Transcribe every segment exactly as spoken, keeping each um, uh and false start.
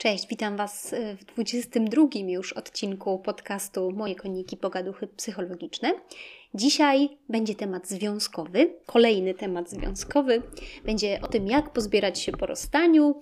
Cześć, witam Was w dwudziestym drugim już odcinku podcastu Moje koniki, pogaduchy psychologiczne. Dzisiaj będzie temat związkowy, kolejny temat związkowy. Będzie o tym, jak pozbierać się po rozstaniu,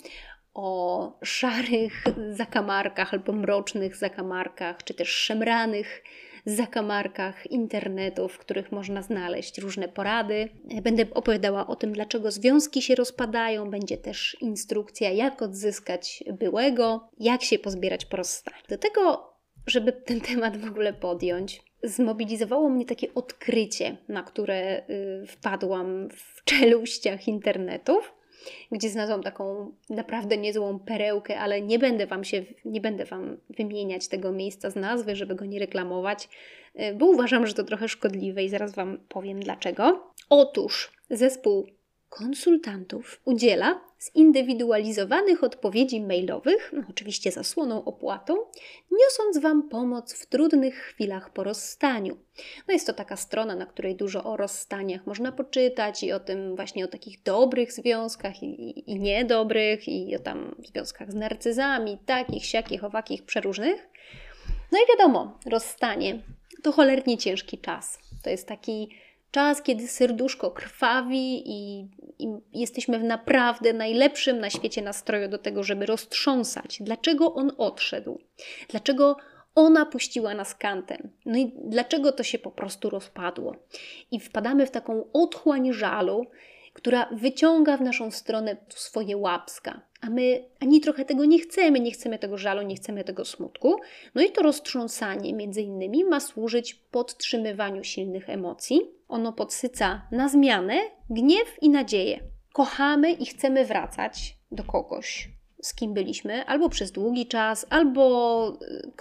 o szarych zakamarkach albo mrocznych zakamarkach, czy też szemranych zakamarkach internetu, w których można znaleźć różne porady. Będę opowiadała o tym, dlaczego związki się rozpadają. Będzie też instrukcja, jak odzyskać byłego, jak się pozbierać po rozstaniu. Do tego, żeby ten temat w ogóle podjąć, zmobilizowało mnie takie odkrycie, na które y, wpadłam w czeluściach internetów, gdzie znalazłam taką naprawdę niezłą perełkę, ale nie będę Wam się, nie będę Wam wymieniać tego miejsca z nazwy, żeby go nie reklamować, bo uważam, że to trochę szkodliwe i zaraz Wam powiem dlaczego. Otóż zespół konsultantów udziela zindywidualizowanych odpowiedzi mailowych, no oczywiście za słoną opłatą, niosąc Wam pomoc w trudnych chwilach po rozstaniu. No jest to taka strona, na której dużo o rozstaniach można poczytać i o tym właśnie o takich dobrych związkach i, i, i niedobrych, i o tam związkach z narcyzami, takich, siakich, owakich, przeróżnych. No i wiadomo, rozstanie to cholernie ciężki czas. To jest taki czas, kiedy serduszko krwawi i, i jesteśmy w naprawdę najlepszym na świecie nastroju do tego, żeby roztrząsać, dlaczego on odszedł, dlaczego ona puściła nas kantem, no i dlaczego to się po prostu rozpadło. I wpadamy w taką otchłań żalu, która wyciąga w naszą stronę swoje łapska. A my ani trochę tego nie chcemy, nie chcemy tego żalu, nie chcemy tego smutku. No i to roztrząsanie między innymi ma służyć podtrzymywaniu silnych emocji. Ono podsyca na zmianę gniew i nadzieję. Kochamy i chcemy wracać do kogoś, z kim byliśmy, albo przez długi czas, albo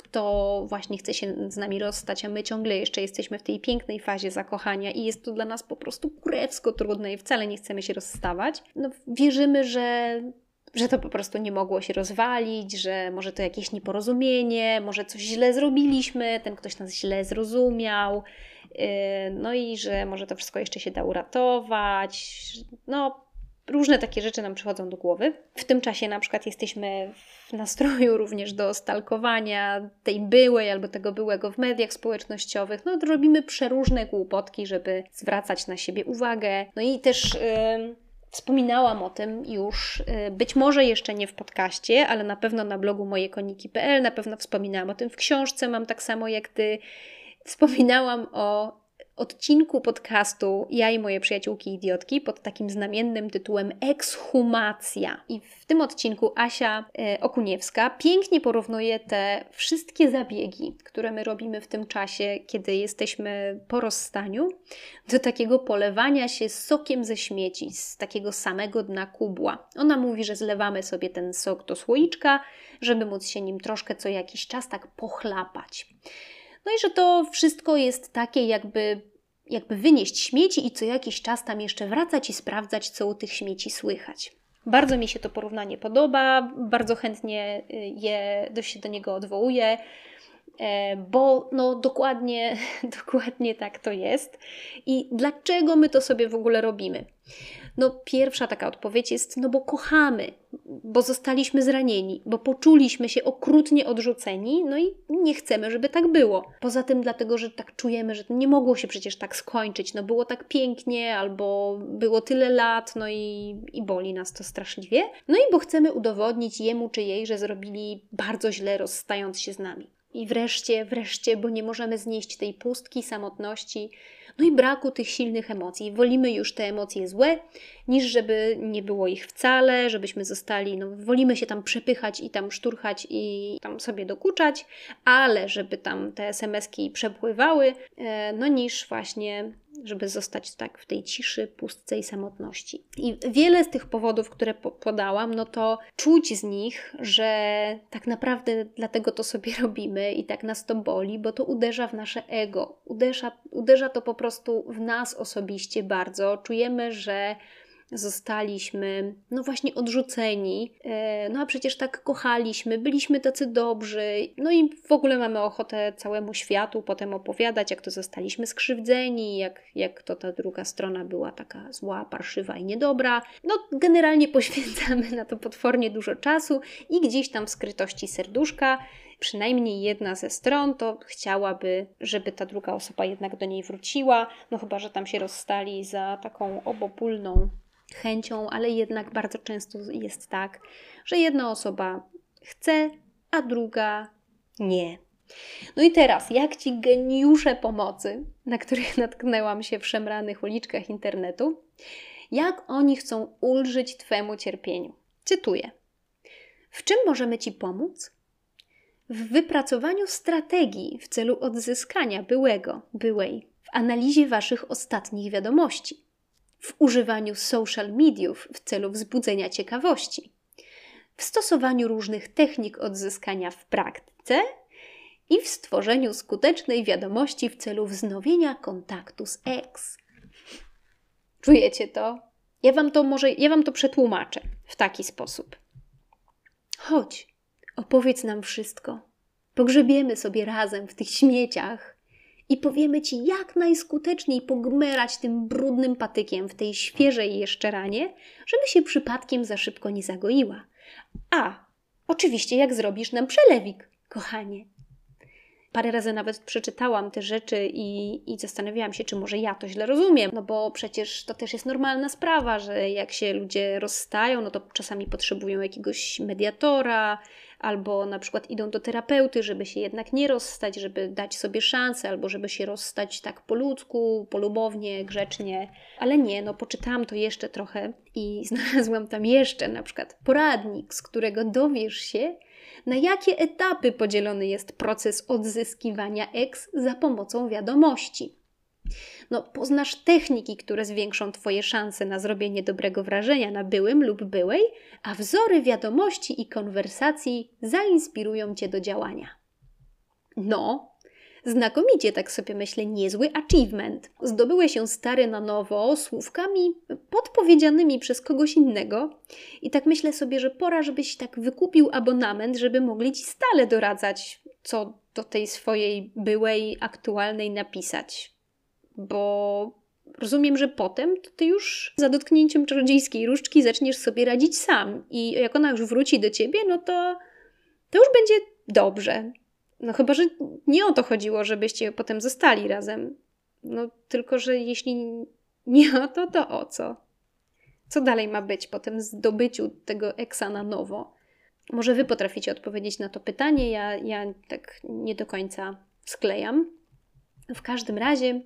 kto właśnie chce się z nami rozstać, a my ciągle jeszcze jesteśmy w tej pięknej fazie zakochania i jest to dla nas po prostu kurewsko trudne i wcale nie chcemy się rozstawać. No, wierzymy, że, że to po prostu nie mogło się rozwalić, że może to jakieś nieporozumienie, może coś źle zrobiliśmy, ten ktoś nas źle zrozumiał, yy, no i że może to wszystko jeszcze się da uratować, no różne takie rzeczy nam przychodzą do głowy. W tym czasie na przykład jesteśmy w nastroju również do stalkowania tej byłej albo tego byłego w mediach społecznościowych. No robimy przeróżne głupotki, żeby zwracać na siebie uwagę. No i też yy, wspominałam o tym już, yy, być może jeszcze nie w podcaście, ale na pewno na blogu moje koniki kropka pe el, na pewno wspominałam o tym w książce, mam tak samo jak Ty. Wspominałam o odcinku podcastu Ja i moje przyjaciółki idiotki pod takim znamiennym tytułem Ekshumacja. I w tym odcinku Asia e, Okuniewska pięknie porównuje te wszystkie zabiegi, które my robimy w tym czasie, kiedy jesteśmy po rozstaniu, do takiego polewania się sokiem ze śmieci, z takiego samego dna kubła. Ona mówi, że zlewamy sobie ten sok do słoiczka, żeby móc się nim troszkę co jakiś czas tak pochlapać. No i że to wszystko jest takie jakby, jakby wynieść śmieci i co jakiś czas tam jeszcze wracać i sprawdzać, co u tych śmieci słychać. Bardzo mi się to porównanie podoba, bardzo chętnie je, się do niego odwołuję, bo no dokładnie, dokładnie tak to jest. I dlaczego my to sobie w ogóle robimy? No pierwsza taka odpowiedź jest, no bo kochamy, bo zostaliśmy zranieni, bo poczuliśmy się okrutnie odrzuceni, no i nie chcemy, żeby tak było. Poza tym dlatego, że tak czujemy, że nie mogło się przecież tak skończyć, no było tak pięknie, albo było tyle lat, no i, i boli nas to straszliwie. No i bo chcemy udowodnić jemu czy jej, że zrobili bardzo źle, rozstając się z nami. I wreszcie, wreszcie, bo nie możemy znieść tej pustki, samotności, no i braku tych silnych emocji. Wolimy już te emocje złe, niż żeby nie było ich wcale, żebyśmy zostali, no wolimy się tam przepychać i tam szturchać i tam sobie dokuczać, ale żeby tam te es em eski przepływały, no niż właśnie, żeby zostać tak w tej ciszy, pustce i samotności. I wiele z tych powodów, które po- podałam, no to czuć z nich, że tak naprawdę dlatego to sobie robimy i tak nas to boli, bo to uderza w nasze ego. Uderza, uderza to po prostu w nas osobiście bardzo. Czujemy, że zostaliśmy, no właśnie odrzuceni, no a przecież tak kochaliśmy, byliśmy tacy dobrzy, no i w ogóle mamy ochotę całemu światu potem opowiadać, jak to zostaliśmy skrzywdzeni, jak, jak to ta druga strona była taka zła, parszywa i niedobra. No generalnie poświęcamy na to potwornie dużo czasu i gdzieś tam w skrytości serduszka przynajmniej jedna ze stron to chciałaby, żeby ta druga osoba jednak do niej wróciła, no chyba że tam się rozstali za taką obopólną chęcią, ale jednak bardzo często jest tak, że jedna osoba chce, a druga nie. No i teraz, jak ci geniusze pomocy, na których natknęłam się w szemranych uliczkach internetu, jak oni chcą ulżyć Twemu cierpieniu? Cytuję. W czym możemy Ci pomóc? W wypracowaniu strategii w celu odzyskania byłego, byłej, w analizie Waszych ostatnich wiadomości, w używaniu social mediów w celu wzbudzenia ciekawości, w stosowaniu różnych technik odzyskania w praktyce i w stworzeniu skutecznej wiadomości w celu wznowienia kontaktu z ex. Czujecie to? Ja wam to może, ja wam to przetłumaczę w taki sposób. Chodź, opowiedz nam wszystko. Pogrzebiemy sobie razem w tych śmieciach i powiemy Ci, jak najskuteczniej pogmerać tym brudnym patykiem w tej świeżej jeszcze ranie, żeby się przypadkiem za szybko nie zagoiła. A, oczywiście jak zrobisz nam przelewik, kochanie. Parę razy nawet przeczytałam te rzeczy i, i zastanawiałam się, czy może ja to źle rozumiem, no bo przecież to też jest normalna sprawa, że jak się ludzie rozstają, no to czasami potrzebują jakiegoś mediatora, albo na przykład idą do terapeuty, żeby się jednak nie rozstać, żeby dać sobie szansę, albo żeby się rozstać tak po ludzku, polubownie, grzecznie. Ale nie, no poczytałam to jeszcze trochę i znalazłam tam jeszcze na przykład poradnik, z którego dowiesz się, na jakie etapy podzielony jest proces odzyskiwania ex za pomocą wiadomości. No, poznasz techniki, które zwiększą Twoje szanse na zrobienie dobrego wrażenia na byłym lub byłej, a wzory wiadomości i konwersacji zainspirują Cię do działania. No, znakomicie, tak sobie myślę, niezły achievement. Zdobyłeś się stary na nowo, słówkami podpowiedzianymi przez kogoś innego i tak myślę sobie, że pora, żebyś tak wykupił abonament, żeby mogli Ci stale doradzać, co do tej swojej byłej, aktualnej napisać. Bo rozumiem, że potem to Ty już za dotknięciem czarodziejskiej różdżki zaczniesz sobie radzić sam i jak ona już wróci do Ciebie, no to, to już będzie dobrze. No chyba, że nie o to chodziło, żebyście potem zostali razem. No tylko, że jeśli nie o to, to o co? Co dalej ma być po tym zdobyciu tego eksa na nowo? Może Wy potraficie odpowiedzieć na to pytanie, ja, ja tak nie do końca sklejam. W każdym razie,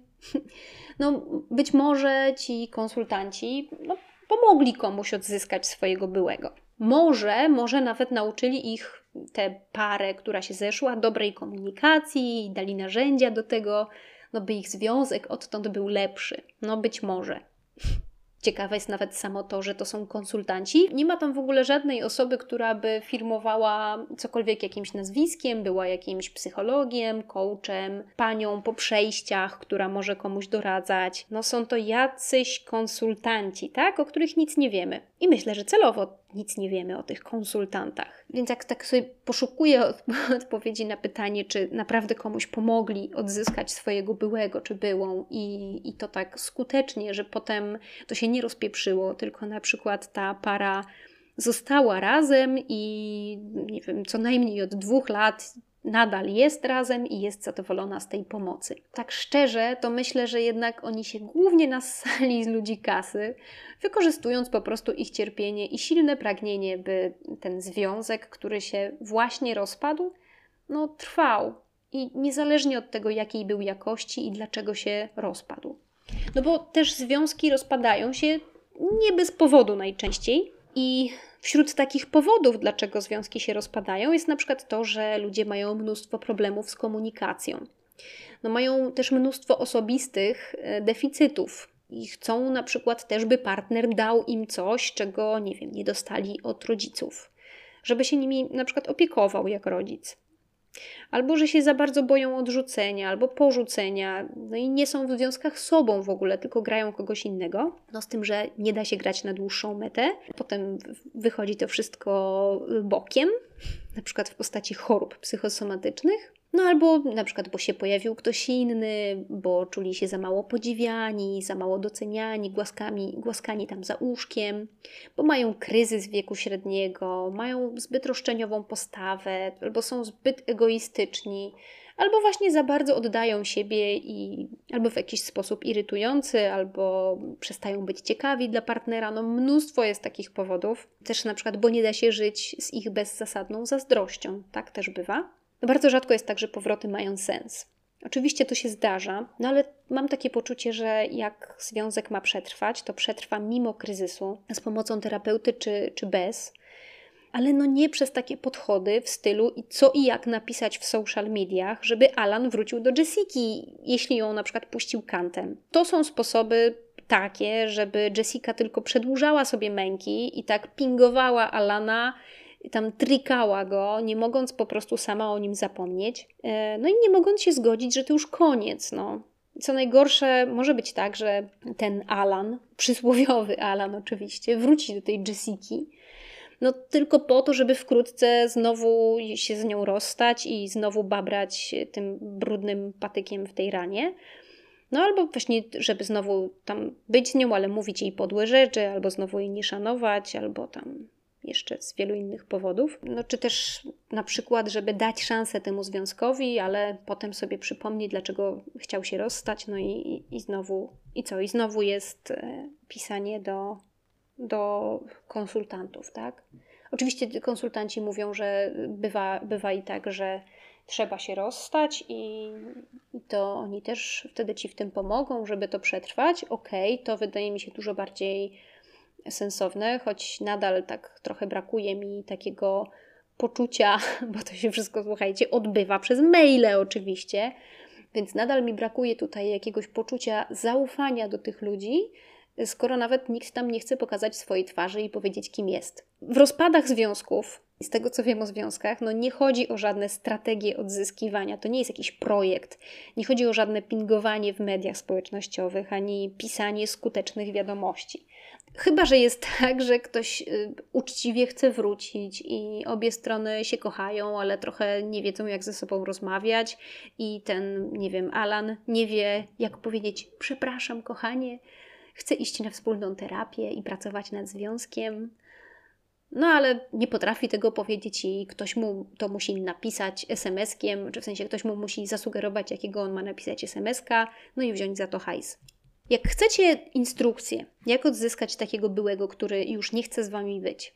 no być może ci konsultanci no, pomogli komuś odzyskać swojego byłego. Może, może nawet nauczyli ich tę parę, która się zeszła, dobrej komunikacji i dali narzędzia do tego, no by ich związek odtąd był lepszy. No być może. Ciekawe jest nawet samo to, że to są konsultanci. Nie ma tam w ogóle żadnej osoby, która by firmowała cokolwiek jakimś nazwiskiem, była jakimś psychologiem, coachem, panią po przejściach, która może komuś doradzać. No są to jacyś konsultanci, tak? O których nic nie wiemy. I myślę, że celowo nic nie wiemy o tych konsultantach. Więc jak tak sobie poszukuję odpowiedzi na pytanie, czy naprawdę komuś pomogli odzyskać swojego byłego czy byłą i, i to tak skutecznie, że potem to się nie rozpieprzyło, tylko na przykład ta para została razem i nie wiem, co najmniej od dwóch lat nadal jest razem i jest zadowolona z tej pomocy. Tak szczerze, to myślę, że jednak oni się głównie nassali z ludzi kasy, wykorzystując po prostu ich cierpienie i silne pragnienie, by ten związek, który się właśnie rozpadł, no trwał. I niezależnie od tego, jakiej był jakości i dlaczego się rozpadł. No bo też związki rozpadają się nie bez powodu najczęściej i wśród takich powodów, dlaczego związki się rozpadają, jest na przykład to, że ludzie mają mnóstwo problemów z komunikacją. No mają też mnóstwo osobistych deficytów i chcą na przykład też, by partner dał im coś, czego, nie wiem, nie dostali od rodziców. Żeby się nimi na przykład opiekował jak rodzic. albo że się za bardzo boją odrzucenia, albo porzucenia, no i nie są w związkach z sobą w ogóle, tylko grają kogoś innego. No z tym, że nie da się grać na dłuższą metę. Potem wychodzi to wszystko bokiem, na przykład w postaci chorób psychosomatycznych. No albo na przykład, bo się pojawił ktoś inny, bo czuli się za mało podziwiani, za mało doceniani, głaskami, głaskani tam za łóżkiem, bo mają kryzys wieku średniego, mają zbyt roszczeniową postawę, albo są zbyt egoistyczni, albo właśnie za bardzo oddają siebie i albo w jakiś sposób irytujący, albo przestają być ciekawi dla partnera. No mnóstwo jest takich powodów. Też na przykład, bo nie da się żyć z ich bezzasadną zazdrością. Tak też bywa. No bardzo rzadko jest tak, że powroty mają sens. Oczywiście to się zdarza, no ale mam takie poczucie, że jak związek ma przetrwać, to przetrwa mimo kryzysu, z pomocą terapeuty czy, czy bez, ale no nie przez takie podchody w stylu i co i jak napisać w social mediach, żeby Alan wrócił do Jessiki, jeśli ją na przykład puścił kantem. To są sposoby takie, żeby Jessica tylko przedłużała sobie męki i tak pingowała Alana, tam trikała go, nie mogąc po prostu sama o nim zapomnieć. No i nie mogąc się zgodzić, że to już koniec. No. Co najgorsze, może być tak, że ten Alan, przysłowiowy Alan oczywiście, wróci do tej Jessiki, no tylko po to, żeby wkrótce znowu się z nią rozstać i znowu babrać tym brudnym patykiem w tej ranie. No albo właśnie, żeby znowu tam być z nią, ale mówić jej podłe rzeczy, albo znowu jej nie szanować, albo tam jeszcze z wielu innych powodów. No czy też na przykład, żeby dać szansę temu związkowi, ale potem sobie przypomnieć, dlaczego chciał się rozstać, no i, i, i znowu, i co? I znowu jest e, pisanie do, do konsultantów, tak? Oczywiście konsultanci mówią, że bywa, bywa i tak, że trzeba się rozstać i, i to oni też wtedy Ci w tym pomogą, żeby to przetrwać. Okej, okay, to wydaje mi się dużo bardziej sensowne, choć nadal tak trochę brakuje mi takiego poczucia, bo to się wszystko, słuchajcie, odbywa przez maile oczywiście, więc nadal mi brakuje tutaj jakiegoś poczucia zaufania do tych ludzi, skoro nawet nikt tam nie chce pokazać swojej twarzy i powiedzieć, kim jest. W rozpadach związków, z tego co wiem o związkach, no nie chodzi o żadne strategie odzyskiwania, to nie jest jakiś projekt, nie chodzi o żadne pingowanie w mediach społecznościowych, ani pisanie skutecznych wiadomości. Chyba że jest tak, że ktoś y, uczciwie chce wrócić i obie strony się kochają, ale trochę nie wiedzą, jak ze sobą rozmawiać i ten, nie wiem, Alan nie wie, jak powiedzieć przepraszam, kochanie, chce iść na wspólną terapię i pracować nad związkiem. No ale nie potrafi tego powiedzieć i ktoś mu to musi napisać es em eskiem, czy w sensie ktoś mu musi zasugerować, jakiego on ma napisać es em eska, no i wziąć za to hajs. Jak chcecie instrukcję, jak odzyskać takiego byłego, który już nie chce z Wami być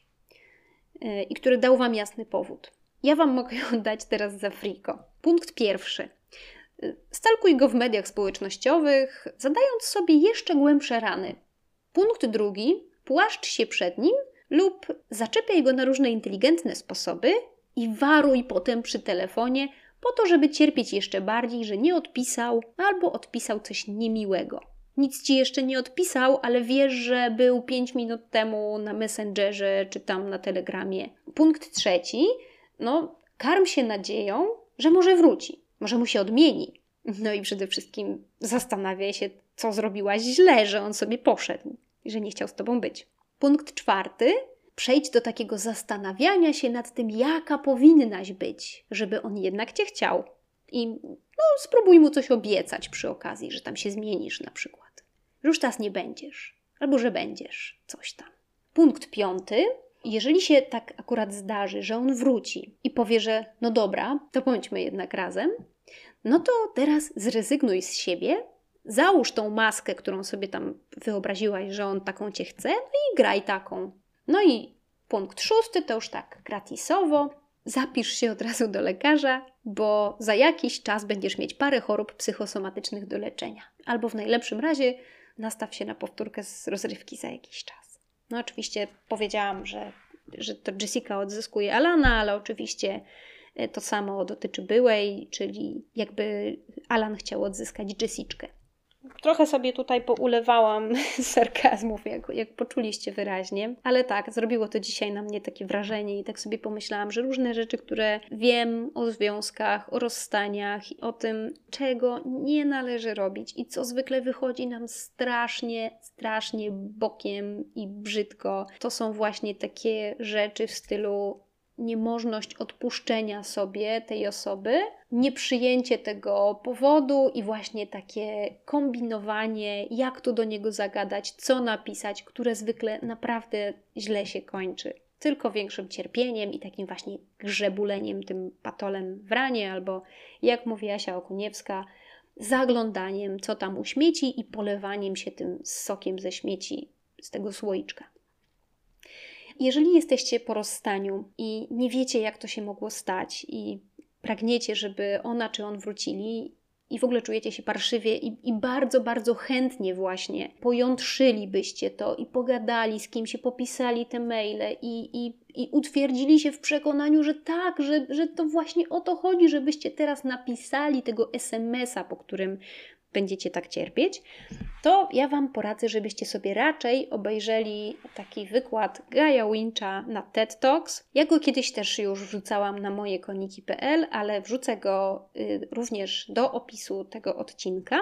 yy, i który dał Wam jasny powód, ja Wam mogę ją dać teraz za friko. Punkt pierwszy. Yy, stalkuj go w mediach społecznościowych, zadając sobie jeszcze głębsze rany. Punkt drugi. Płaszcz się przed nim lub zaczepiaj go na różne inteligentne sposoby i waruj potem przy telefonie po to, żeby cierpieć jeszcze bardziej, że nie odpisał albo odpisał coś niemiłego. Nic Ci jeszcze nie odpisał, ale wiesz, że był pięć minut temu na Messengerze czy tam na Telegramie. Punkt trzeci. No, karm się nadzieją, że może wróci. Może mu się odmieni. No i przede wszystkim zastanawiaj się, co zrobiłaś źle, że on sobie poszedł i że nie chciał z Tobą być. Punkt czwarty. Przejdź do takiego zastanawiania się nad tym, jaka powinnaś być, żeby on jednak Cię chciał. I no, spróbuj mu coś obiecać przy okazji, że tam się zmienisz na przykład. Że już teraz nie będziesz. Albo że będziesz. Coś tam. Punkt piąty. Jeżeli się tak akurat zdarzy, że on wróci i powie, że no dobra, to bądźmy jednak razem, no to teraz zrezygnuj z siebie, załóż tą maskę, którą sobie tam wyobraziłaś, że on taką Cię chce, no i graj taką. No i punkt szósty to już tak gratisowo. Zapisz się od razu do lekarza, bo za jakiś czas będziesz mieć parę chorób psychosomatycznych do leczenia. Albo w najlepszym razie nastaw się na powtórkę z rozrywki za jakiś czas. No oczywiście powiedziałam, że, że to Jessica odzyskuje Alana, ale oczywiście to samo dotyczy byłej, czyli jakby Alan chciał odzyskać Jessiczkę. Trochę sobie tutaj poulewałam sarkazmów, jak, jak poczuliście wyraźnie, ale tak, zrobiło to dzisiaj na mnie takie wrażenie i tak sobie pomyślałam, że różne rzeczy, które wiem o związkach, o rozstaniach i o tym, czego nie należy robić i co zwykle wychodzi nam strasznie, strasznie bokiem i brzydko, to są właśnie takie rzeczy w stylu niemożność odpuszczenia sobie tej osoby, nieprzyjęcie tego powodu i właśnie takie kombinowanie, jak tu do niego zagadać, co napisać, które zwykle naprawdę źle się kończy. Tylko większym cierpieniem i takim właśnie grzebuleniem tym patolem w ranie, albo jak mówi Asia Okuniewska, zaglądaniem, co tam u śmieci i polewaniem się tym sokiem ze śmieci z tego słoiczka. Jeżeli jesteście po rozstaniu i nie wiecie, jak to się mogło stać i pragniecie, żeby ona czy on wrócili i w ogóle czujecie się parszywie i, i bardzo, bardzo chętnie właśnie pojątrzylibyście to i pogadali z kimś, popisali te maile i, i, i utwierdzili się w przekonaniu, że tak, że, że to właśnie o to chodzi, żebyście teraz napisali tego es em es a, po którym będziecie tak cierpieć, to ja Wam poradzę, żebyście sobie raczej obejrzeli taki wykład Gaja Wincha na TED Talks. Ja go kiedyś też już wrzucałam na moje koniki kropka pe el, ale wrzucę go y, również do opisu tego odcinka.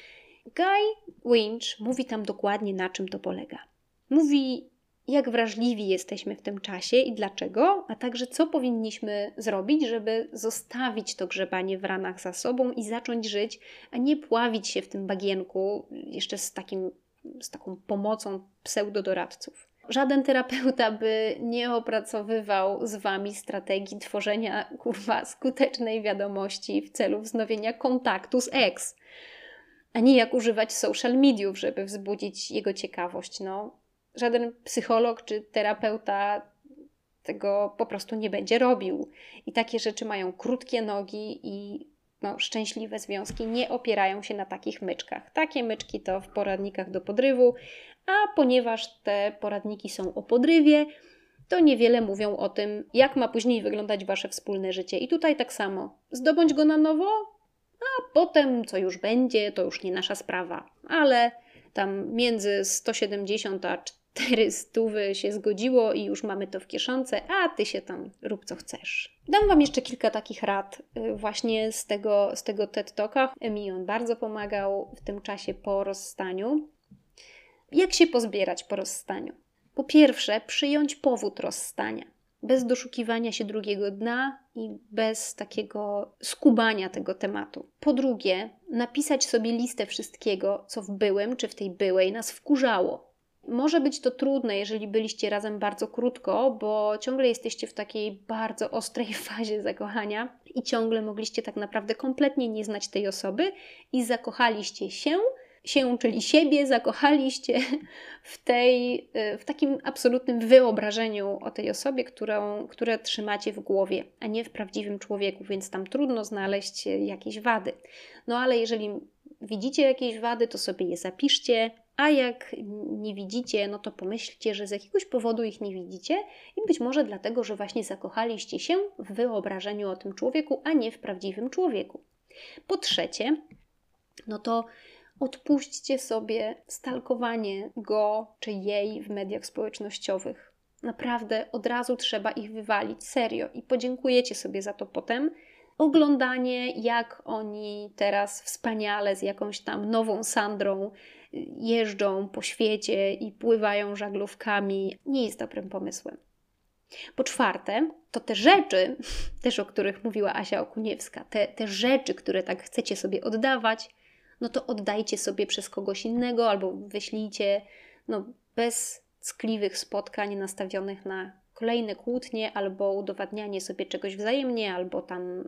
Guy Winch mówi tam dokładnie, na czym to polega. Mówi, jak wrażliwi jesteśmy w tym czasie i dlaczego, a także co powinniśmy zrobić, żeby zostawić to grzebanie w ranach za sobą i zacząć żyć, a nie pławić się w tym bagienku jeszcze z, takim, z taką pomocą pseudodoradców. Żaden terapeuta by nie opracowywał z Wami strategii tworzenia, kurwa, skutecznej wiadomości w celu wznowienia kontaktu z ex, a nie jak używać social mediów, żeby wzbudzić jego ciekawość, no. Żaden psycholog czy terapeuta tego po prostu nie będzie robił. I takie rzeczy mają krótkie nogi i no, szczęśliwe związki nie opierają się na takich myczkach. Takie myczki to w poradnikach do podrywu, a ponieważ te poradniki są o podrywie, to niewiele mówią o tym, jak ma później wyglądać Wasze wspólne życie. I tutaj tak samo. Zdobądź go na nowo, a potem co już będzie, to już nie nasza sprawa. Ale tam między sto siedemdziesiąt a czterysta się zgodziło i już mamy to w kieszonce, a Ty się tam rób co chcesz. Dam Wam jeszcze kilka takich rad właśnie z tego, z tego TED Talka. Mi on bardzo pomagał w tym czasie po rozstaniu. Jak się pozbierać po rozstaniu? Po pierwsze, przyjąć powód rozstania. Bez doszukiwania się drugiego dna i bez takiego skubania tego tematu. Po drugie, napisać sobie listę wszystkiego, co w byłym czy w tej byłej nas wkurzało. Może być to trudne, jeżeli byliście razem bardzo krótko, bo ciągle jesteście w takiej bardzo ostrej fazie zakochania i ciągle mogliście tak naprawdę kompletnie nie znać tej osoby i zakochaliście się, się, czyli siebie, zakochaliście w, tej, w takim absolutnym wyobrażeniu o tej osobie, którą, które trzymacie w głowie, a nie w prawdziwym człowieku, więc tam trudno znaleźć jakieś wady. No ale jeżeli widzicie jakieś wady, to sobie je zapiszcie, a jak nie widzicie, no to pomyślcie, że z jakiegoś powodu ich nie widzicie i być może dlatego, że właśnie zakochaliście się w wyobrażeniu o tym człowieku, a nie w prawdziwym człowieku. Po trzecie, no to odpuśćcie sobie stalkowanie go czy jej w mediach społecznościowych. Naprawdę od razu trzeba ich wywalić, serio. I podziękujecie sobie za to potem. Oglądanie, jak oni teraz wspaniale z jakąś tam nową Sandrą jeżdżą po świecie i pływają żaglówkami, nie jest dobrym pomysłem. Po czwarte, to te rzeczy, też o których mówiła Asia Okuniewska, te, te rzeczy, które tak chcecie sobie oddawać, no to oddajcie sobie przez kogoś innego albo wyślijcie no, bez ckliwych spotkań nastawionych na kolejne kłótnie albo udowadnianie sobie czegoś wzajemnie, albo tam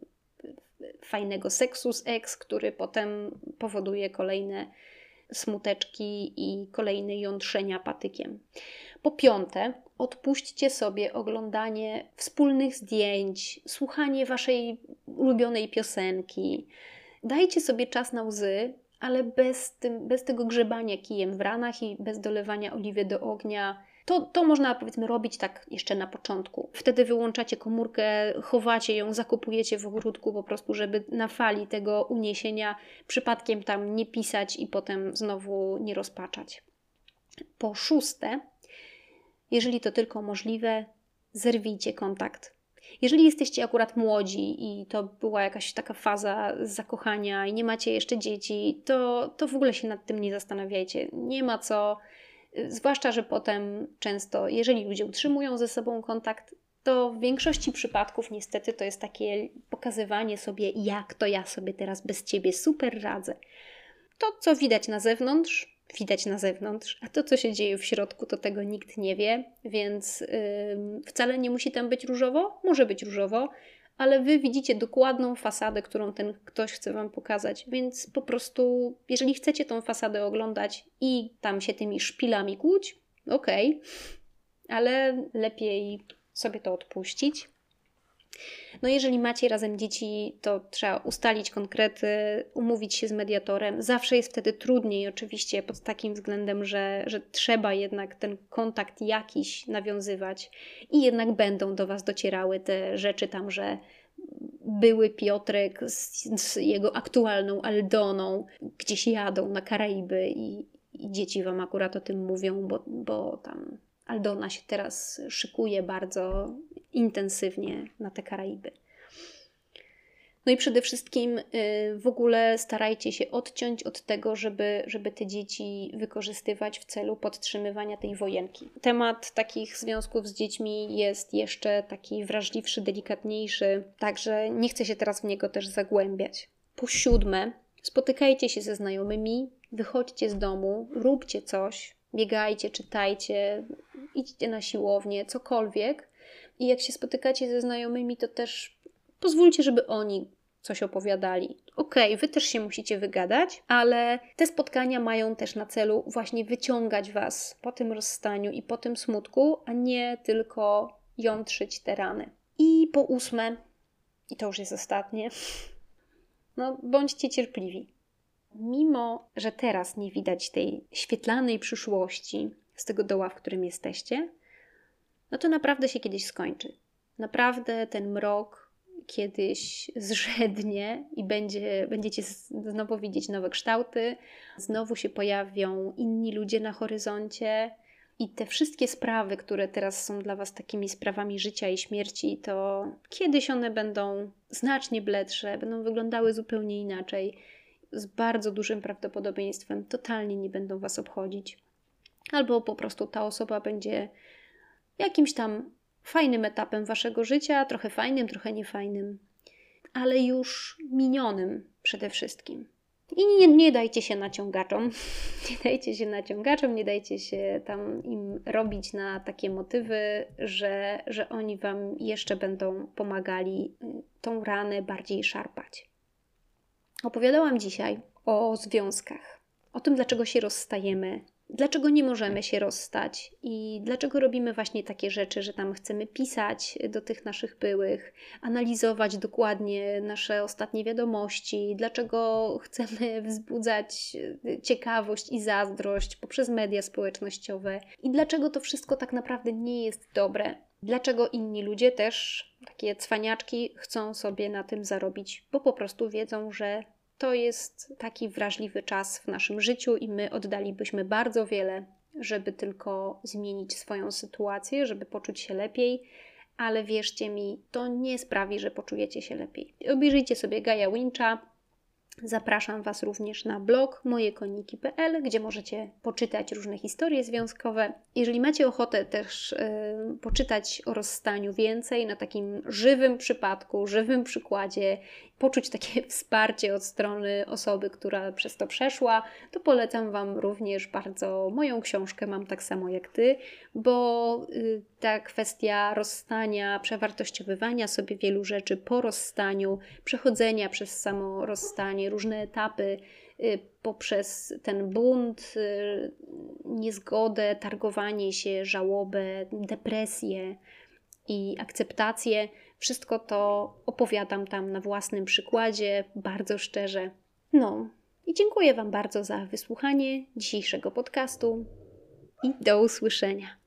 fajnego seksu z ex, który potem powoduje kolejne smuteczki i kolejne jątrzenia patykiem. Po piąte, odpuśćcie sobie oglądanie wspólnych zdjęć, słuchanie Waszej ulubionej piosenki. Dajcie sobie czas na łzy, ale bez, tym, bez tego grzebania kijem w ranach i bez dolewania oliwy do ognia. To, to można, powiedzmy, robić tak jeszcze na początku. Wtedy wyłączacie komórkę, chowacie ją, zakopujecie w ogródku po prostu, żeby na fali tego uniesienia przypadkiem tam nie pisać i potem znowu nie rozpaczać. Po szóste, jeżeli to tylko możliwe, zerwijcie kontakt. Jeżeli jesteście akurat młodzi i to była jakaś taka faza zakochania i nie macie jeszcze dzieci, to, to w ogóle się nad tym nie zastanawiajcie. Nie ma co, zwłaszcza, że potem często, jeżeli ludzie utrzymują ze sobą kontakt, to w większości przypadków niestety to jest takie pokazywanie sobie, jak to ja sobie teraz bez Ciebie super radzę. To, co widać na zewnątrz, widać na zewnątrz, a to, co się dzieje w środku, to tego nikt nie wie, więc yy, wcale nie musi tam być różowo, może być różowo, ale Wy widzicie dokładną fasadę, którą ten ktoś chce Wam pokazać, więc po prostu, jeżeli chcecie tą fasadę oglądać i tam się tymi szpilami kłuć, okej, okay, ale lepiej sobie to odpuścić. No jeżeli macie razem dzieci, to trzeba ustalić konkrety, umówić się z mediatorem. Zawsze jest wtedy trudniej oczywiście pod takim względem, że, że trzeba jednak ten kontakt jakiś nawiązywać i jednak będą do Was docierały te rzeczy tam, że były Piotrek z, z jego aktualną Aldoną gdzieś jadą na Karaiby i, i dzieci Wam akurat o tym mówią, bo, bo tam Aldona się teraz szykuje bardzo intensywnie na te Karaiby. No i przede wszystkim w ogóle starajcie się odciąć od tego, żeby, żeby te dzieci wykorzystywać w celu podtrzymywania tej wojenki. Temat takich związków z dziećmi jest jeszcze taki wrażliwszy, delikatniejszy, także nie chcę się teraz w niego też zagłębiać. Po siódme, spotykajcie się ze znajomymi, wychodźcie z domu, róbcie coś, biegajcie, czytajcie, idźcie na siłownię, cokolwiek. I jak się spotykacie ze znajomymi, to też pozwólcie, żeby oni coś opowiadali. Okej, okay, Wy też się musicie wygadać, ale te spotkania mają też na celu właśnie wyciągać Was po tym rozstaniu i po tym smutku, a nie tylko jątrzyć te rany. I po ósme, i to już jest ostatnie, no bądźcie cierpliwi. Mimo że teraz nie widać tej świetlanej przyszłości z tego doła, w którym jesteście, no to naprawdę się kiedyś skończy. Naprawdę ten mrok kiedyś zrzednie i będzie, będziecie znowu widzieć nowe kształty, znowu się pojawią inni ludzie na horyzoncie i te wszystkie sprawy, które teraz są dla Was takimi sprawami życia i śmierci, to kiedyś one będą znacznie bledsze, będą wyglądały zupełnie inaczej. Z bardzo dużym prawdopodobieństwem totalnie nie będą Was obchodzić. Albo po prostu ta osoba będzie jakimś tam fajnym etapem Waszego życia, trochę fajnym, trochę niefajnym, ale już minionym przede wszystkim. I nie, nie dajcie się naciągaczom, nie dajcie się naciągaczom, nie dajcie się tam im robić na takie motywy, że, że oni Wam jeszcze będą pomagali tą ranę bardziej szarpać. Opowiadałam dzisiaj o związkach, o tym, dlaczego się rozstajemy, dlaczego nie możemy się rozstać i dlaczego robimy właśnie takie rzeczy, że tam chcemy pisać do tych naszych byłych, analizować dokładnie nasze ostatnie wiadomości, dlaczego chcemy wzbudzać ciekawość i zazdrość poprzez media społecznościowe i dlaczego to wszystko tak naprawdę nie jest dobre. Dlaczego inni ludzie też, takie cwaniaczki, chcą sobie na tym zarobić, bo po prostu wiedzą, że to jest taki wrażliwy czas w naszym życiu i my oddalibyśmy bardzo wiele, żeby tylko zmienić swoją sytuację, żeby poczuć się lepiej, ale wierzcie mi, to nie sprawi, że poczujecie się lepiej. Obejrzyjcie sobie Gaja Wincha. Zapraszam Was również na blog mojekoniki kropka p l, gdzie możecie poczytać różne historie związkowe. Jeżeli macie ochotę też yy, poczytać o rozstaniu więcej na takim żywym przypadku, żywym przykładzie, poczuć takie wsparcie od strony osoby, która przez to przeszła, to polecam Wam również bardzo moją książkę Mam tak samo jak Ty, bo yy, ta kwestia rozstania, przewartościowywania sobie wielu rzeczy po rozstaniu, przechodzenia przez samo rozstanie, różne etapy y, poprzez ten bunt, y, niezgodę, targowanie się, żałobę, depresję i akceptację. Wszystko to opowiadam tam na własnym przykładzie, bardzo szczerze. No i dziękuję Wam bardzo za wysłuchanie dzisiejszego podcastu i do usłyszenia.